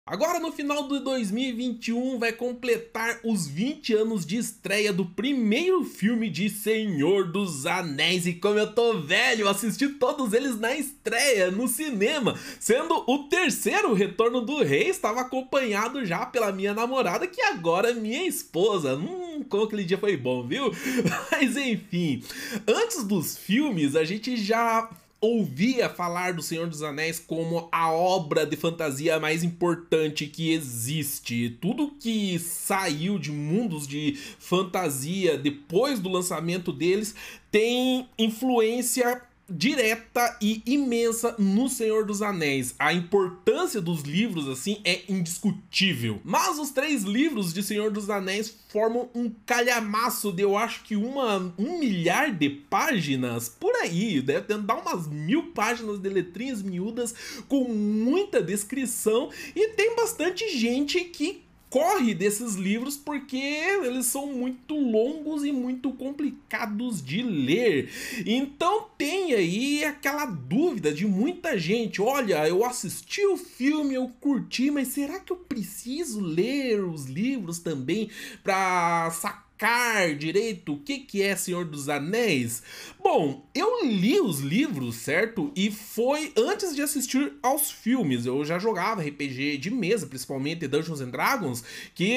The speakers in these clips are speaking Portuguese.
Agora no final de 2021 vai completar os 20 anos de estreia do primeiro filme de Senhor dos Anéis. E como eu tô velho, assisti todos eles na estreia, no cinema. Sendo o terceiro Retorno do Rei, estava acompanhado já pela minha namorada, que agora é minha esposa. Como aquele dia foi bom, viu? Mas enfim, antes dos filmes a gente já ouvia falar do Senhor dos Anéis como a obra de fantasia mais importante que existe. Tudo que saiu de mundos de fantasia depois do lançamento deles tem influência direta e imensa no Senhor dos Anéis. A importância dos livros, assim, é indiscutível. Mas os três livros de Senhor dos Anéis formam um calhamaço de, eu acho que um milhar de páginas, por aí, deve dar umas 1000 páginas de letrinhas miúdas com muita descrição, e tem bastante gente que corre desses livros porque eles são muito longos e muito complicados de ler. Então tem aí aquela dúvida de muita gente: olha, eu assisti o filme, eu curti, mas será que eu preciso ler os livros também para sacar direito o que é Senhor dos Anéis? Bom, eu li os livros, certo? E foi antes de assistir aos filmes. Eu já jogava RPG de mesa, principalmente Dungeons and Dragons, que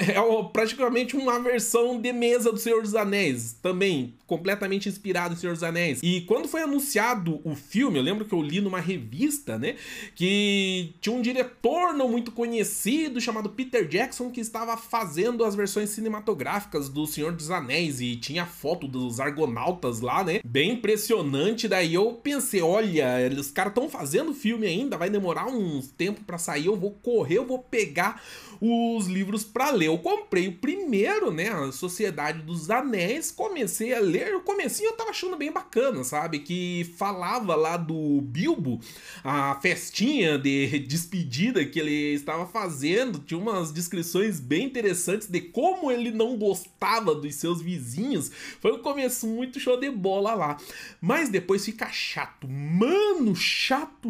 é praticamente uma versão de mesa do Senhor dos Anéis, também completamente inspirado em Senhor dos Anéis. E quando foi anunciado o filme, eu lembro que eu li numa revista, né, que tinha um diretor não muito conhecido chamado Peter Jackson que estava fazendo as versões cinematográficas do Senhor dos Anéis, e tinha foto dos argonautas lá, né? Bem impressionante. Daí eu pensei, olha, os caras estão fazendo filme ainda, vai demorar uns tempo pra sair, eu vou correr, eu vou pegar os livros pra ler. Eu comprei o primeiro, né, a Sociedade dos Anéis, comecei a ler, o comecinho eu tava achando bem bacana, sabe? Que falava lá do Bilbo, a festinha de despedida que ele estava fazendo, tinha umas descrições bem interessantes de como ele não gostava dos seus vizinhos. Foi um começo muito show de bola lá. Mas depois fica chato. Mano, chato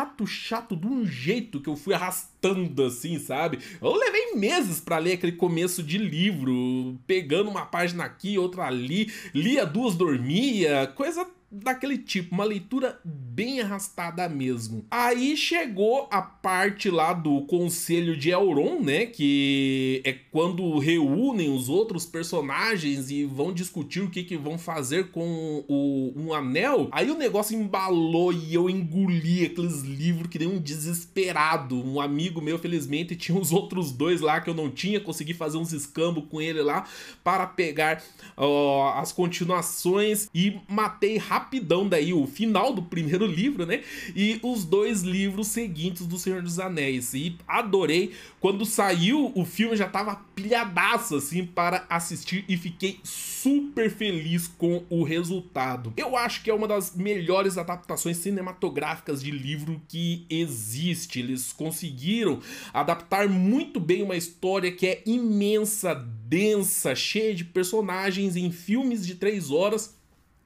de um jeito que eu fui arrastando assim, sabe? Eu levei meses pra ler aquele começo de livro, pegando uma página aqui, outra ali, lia duas, dormia, coisa daquele tipo, uma leitura bem arrastada mesmo. Aí chegou a parte lá do Conselho de Elrond, né, que é quando reúnem os outros personagens e vão discutir o que vão fazer com um anel. Aí o negócio embalou e eu engoli aqueles livros que nem um desesperado. Um amigo meu, felizmente, tinha os outros dois lá que eu não tinha, consegui fazer uns escambos com ele lá para pegar as continuações, e matei rapidão daí o final do primeiro livro, né, e os dois livros seguintes do Senhor dos Anéis, e adorei. Quando saiu o filme já tava pilhadaço assim para assistir e fiquei super feliz com o resultado. Eu acho que é uma das melhores adaptações cinematográficas de livro que existe. Eles conseguiram adaptar muito bem uma história que é imensa, densa, cheia de personagens em filmes de 3 horas.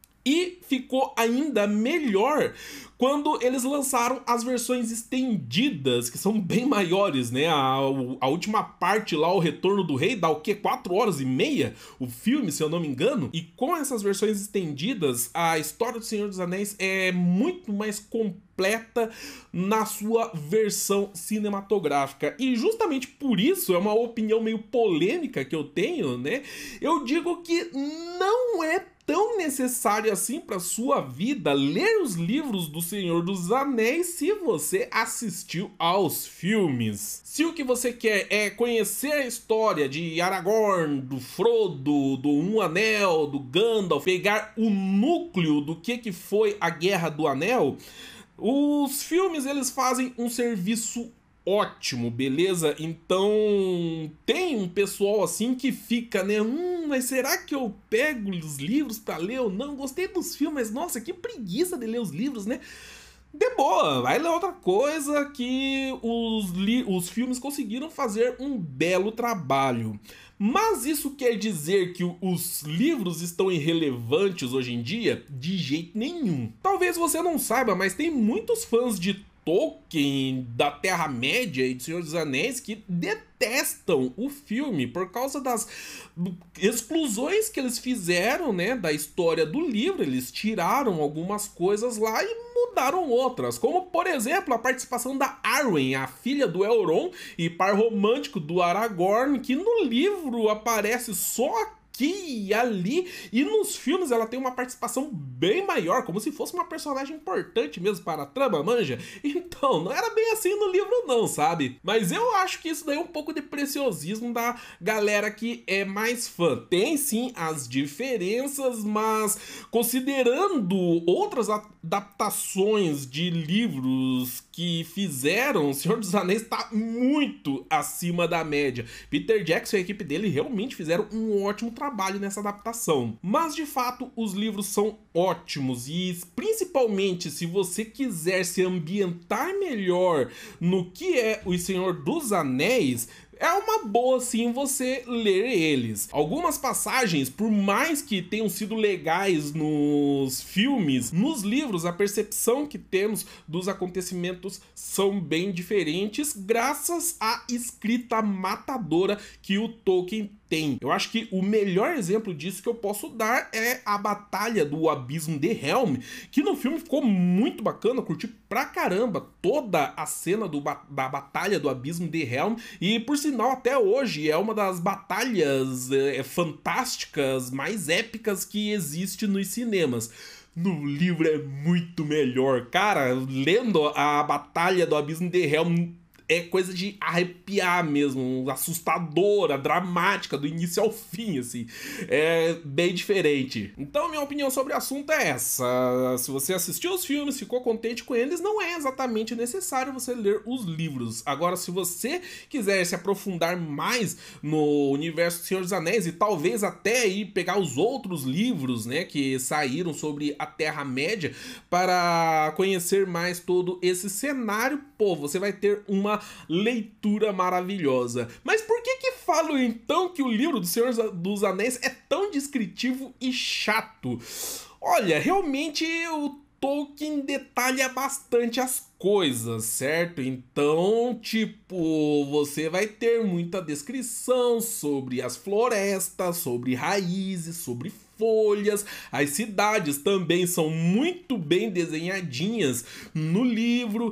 E ficou ainda melhor quando eles lançaram as versões estendidas, que são bem maiores, né? A última parte lá, o Retorno do Rei, dá o quê? 4 horas e meia? O filme, se eu não me engano. E com essas versões estendidas, a história do Senhor dos Anéis é muito mais completa na sua versão cinematográfica. E justamente por isso, é uma opinião meio polêmica que eu tenho, né? Eu digo que não é tão necessário assim para sua vida ler os livros do Senhor dos Anéis se você assistiu aos filmes. Se o que você quer é conhecer a história de Aragorn, do Frodo, do Um Anel, do Gandalf, pegar o núcleo do que foi a Guerra do Anel, os filmes eles fazem um serviço ótimo, beleza? Então tem um pessoal assim que fica, né? Mas será que eu pego os livros pra ler ou não? Gostei dos filmes, mas nossa, que preguiça de ler os livros, né? De boa, vai ler outra coisa, que os filmes conseguiram fazer um belo trabalho. Mas isso quer dizer que os livros estão irrelevantes hoje em dia? De jeito nenhum. Talvez você não saiba, mas tem muitos fãs de Tolkien, da Terra-média e do Senhor dos Anéis que detestam o filme por causa das exclusões que eles fizeram, né, da história do livro. Eles tiraram algumas coisas lá e mudaram outras, como por exemplo a participação da Arwen, a filha do Elrond e par romântico do Aragorn, que no livro aparece só aqui e ali, e nos filmes ela tem uma participação bem maior, como se fosse uma personagem importante mesmo para a trama, manja? Então, não era bem assim no livro não, sabe? Mas eu acho que isso daí é um pouco de preciosismo da galera que é mais fã. Tem sim as diferenças, mas considerando outras adaptações de livros que fizeram, O Senhor dos Anéis está muito acima da média. Peter Jackson e a equipe dele realmente fizeram um ótimo trabalho nessa adaptação. Mas de fato os livros são ótimos e principalmente se você quiser se ambientar melhor no que é O Senhor dos Anéis, é uma boa sim você ler eles. Algumas passagens, por mais que tenham sido legais nos filmes, nos livros a percepção que temos dos acontecimentos são bem diferentes graças à escrita matadora que o Tolkien tem. Eu acho que o melhor exemplo disso que eu posso dar é a Batalha do Abismo de Helm, que no filme ficou muito bacana, eu curti pra caramba toda a cena da Batalha do Abismo de Helm, e por sinal até hoje é uma das batalhas fantásticas, mais épicas que existe nos cinemas. No livro é muito melhor, cara, lendo a Batalha do Abismo de Helm é coisa de arrepiar mesmo, assustadora, dramática, do início ao fim, assim. É bem diferente. Então, minha opinião sobre o assunto é essa. Se você assistiu os filmes, ficou contente com eles, não é exatamente necessário você ler os livros. Agora, se você quiser se aprofundar mais no universo do Senhor dos Anéis e talvez até ir pegar os outros livros, né, que saíram sobre a Terra-média para conhecer mais todo esse cenário, pô, você vai ter uma leitura maravilhosa. Mas por que falo então que o livro do Senhor dos Anéis é tão descritivo e chato? Olha, realmente o Tolkien detalha bastante as coisas, certo? Então, tipo, você vai ter muita descrição sobre as florestas, sobre raízes, sobre folhas. As cidades também são muito bem desenhadinhas no livro,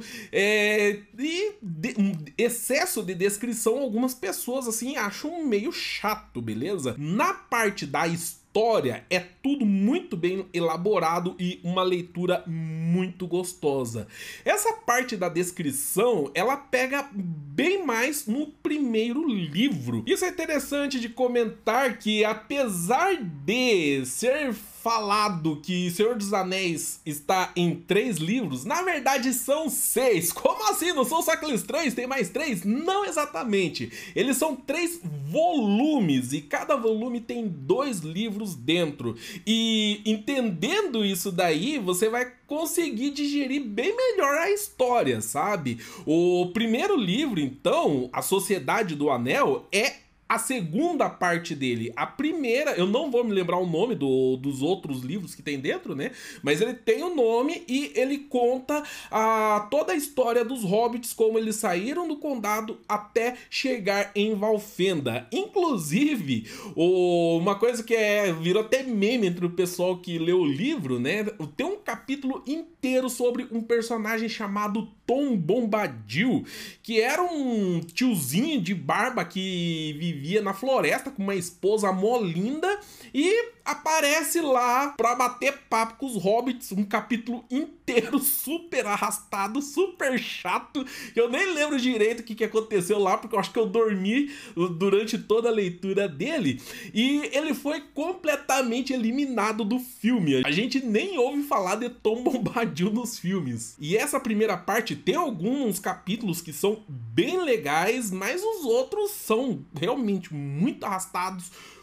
um excesso de descrição algumas pessoas assim acham meio chato, beleza? Na parte da história é tudo muito bem elaborado e uma leitura muito gostosa. Essa parte da descrição, ela pega bem mais no primeiro livro. Isso é interessante de comentar que apesar de ser falado que Senhor dos Anéis está em 3 livros, na verdade são 6. Como assim? Não são só aqueles 3? Tem mais 3? Não exatamente. Eles são 3 volumes e cada volume tem 2 livros dentro. E entendendo isso daí, você vai conseguir digerir bem melhor a história, sabe? O primeiro livro, então, A Sociedade do Anel, é a segunda parte dele. A primeira, eu não vou me lembrar o nome dos outros livros que tem dentro, né? Mas ele tem o nome e ele conta toda a história dos hobbits, como eles saíram do condado até chegar em Valfenda. Inclusive, uma coisa que virou até meme entre o pessoal que leu o livro, né? Tem um capítulo inteiro sobre um personagem chamado Tom Bombadil, que era um tiozinho de barba que vivia na floresta com uma esposa mó linda e aparece lá pra bater papo com os hobbits, um capítulo inteiro super arrastado, super chato, que eu nem lembro direito o que aconteceu lá, porque eu acho que eu dormi durante toda a leitura dele, e ele foi completamente eliminado do filme. A gente nem ouve falar de Tom Bombadil nos filmes. E essa primeira parte tem alguns capítulos que são bem legais, mas os outros são realmente muito arrastados,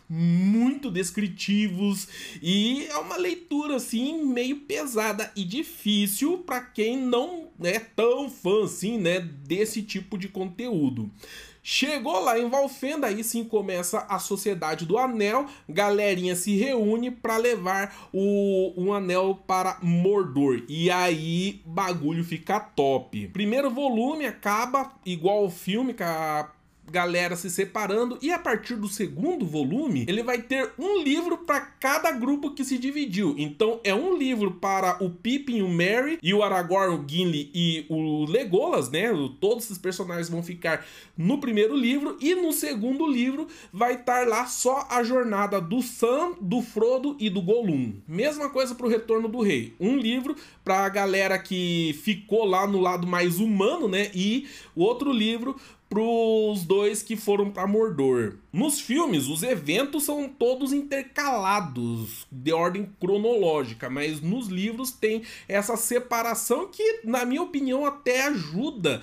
muito descritivos e é uma leitura assim meio pesada e difícil para quem não é tão fã assim, né, desse tipo de conteúdo. Chegou lá em Valfenda, aí sim começa a Sociedade do Anel, galerinha se reúne para levar um anel para Mordor, e aí bagulho fica top. Primeiro volume acaba igual ao filme, com a galera se separando, e a partir do segundo volume ele vai ter um livro para cada grupo que se dividiu. Então é um livro para o Pippin, o Merry e o Aragorn, o Gimli e o Legolas, né? Todos esses personagens vão ficar no primeiro livro, e no segundo livro vai estar lá só a jornada do Sam, do Frodo e do Gollum. Mesma coisa para o Retorno do Rei, um livro para a galera que ficou lá no lado mais humano, né? E o outro livro pros dois que foram para Mordor. Nos filmes, os eventos são todos intercalados de ordem cronológica, mas nos livros tem essa separação que, na minha opinião, até ajuda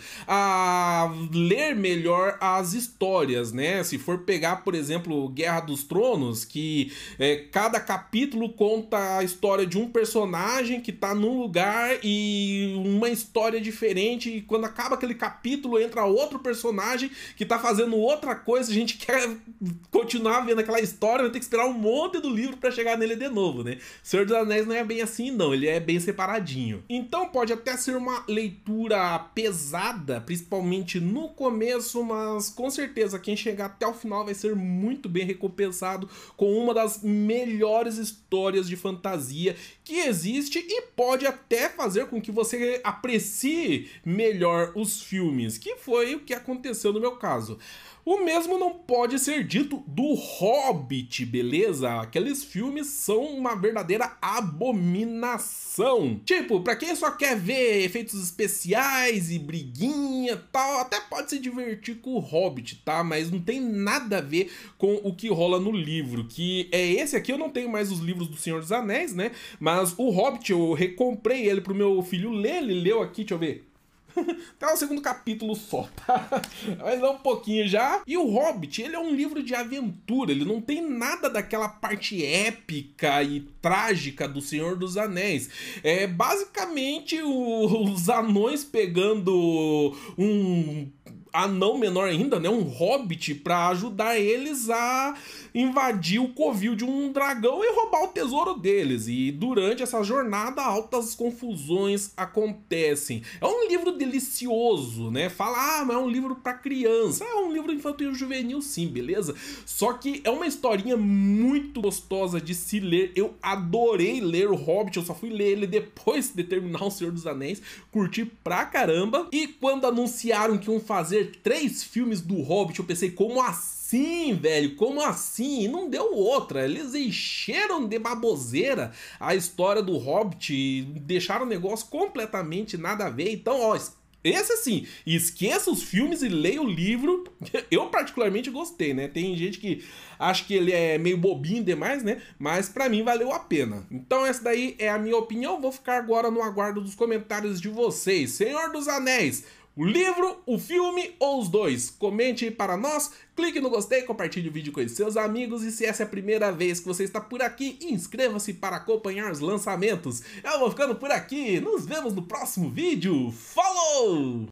a ler melhor as histórias, né? Se for pegar, por exemplo, Guerra dos Tronos, que cada capítulo conta a história de um personagem que tá num lugar e uma história diferente, e quando acaba aquele capítulo entra outro personagem que tá fazendo outra coisa, a gente quer continuar vendo aquela história, vai ter que esperar um monte do livro para chegar nele de novo, né? Senhor dos Anéis não é bem assim, não, ele é bem separadinho. Então pode até ser uma leitura pesada, principalmente no começo, mas com certeza quem chegar até o final vai ser muito bem recompensado com uma das melhores histórias de fantasia que existe, e pode até fazer com que você aprecie melhor os filmes, que foi o que aconteceu no meu caso. O mesmo não pode ser dito do Hobbit, beleza? Aqueles filmes são uma verdadeira abominação. Tipo, pra quem só quer ver efeitos especiais e briguinha e tal, até pode se divertir com o Hobbit, tá? Mas não tem nada a ver com o que rola no livro, que é esse aqui. Eu não tenho mais os livros do Senhor dos Anéis, né? Mas o Hobbit, eu recomprei ele pro meu filho ler, ele leu aqui, deixa eu ver. Tá no segundo capítulo só, tá? Mas é um pouquinho já. E o Hobbit, ele é um livro de aventura, ele não tem nada daquela parte épica e trágica do Senhor dos Anéis. É basicamente os anões pegando um anão menor ainda, né, um hobbit, para ajudar eles a invadir o covil de um dragão e roubar o tesouro deles. E durante essa jornada altas confusões acontecem. É um livro delicioso, né? Fala, mas é um livro para criança. É um livro infantil juvenil, sim, beleza? Só que é uma historinha muito gostosa de se ler. Eu adorei ler o Hobbit, eu só fui ler ele depois de terminar o Senhor dos Anéis. Curti pra caramba. E quando anunciaram que iam fazer 3 filmes do Hobbit, eu pensei, como assim, velho? Como assim? E não deu outra. Eles encheram de baboseira a história do Hobbit e deixaram o negócio completamente nada a ver. Então, ó, esse assim, esqueça os filmes e leia o livro. Eu particularmente gostei, né? Tem gente que acha que ele é meio bobinho demais, né? Mas pra mim valeu a pena. Então essa daí é a minha opinião. Vou ficar agora no aguardo dos comentários de vocês. Senhor dos Anéis, o livro, o filme ou os dois? Comente para nós, clique no gostei, compartilhe o vídeo com os seus amigos, e se essa é a primeira vez que você está por aqui, inscreva-se para acompanhar os lançamentos. Eu vou ficando por aqui, nos vemos no próximo vídeo, falou!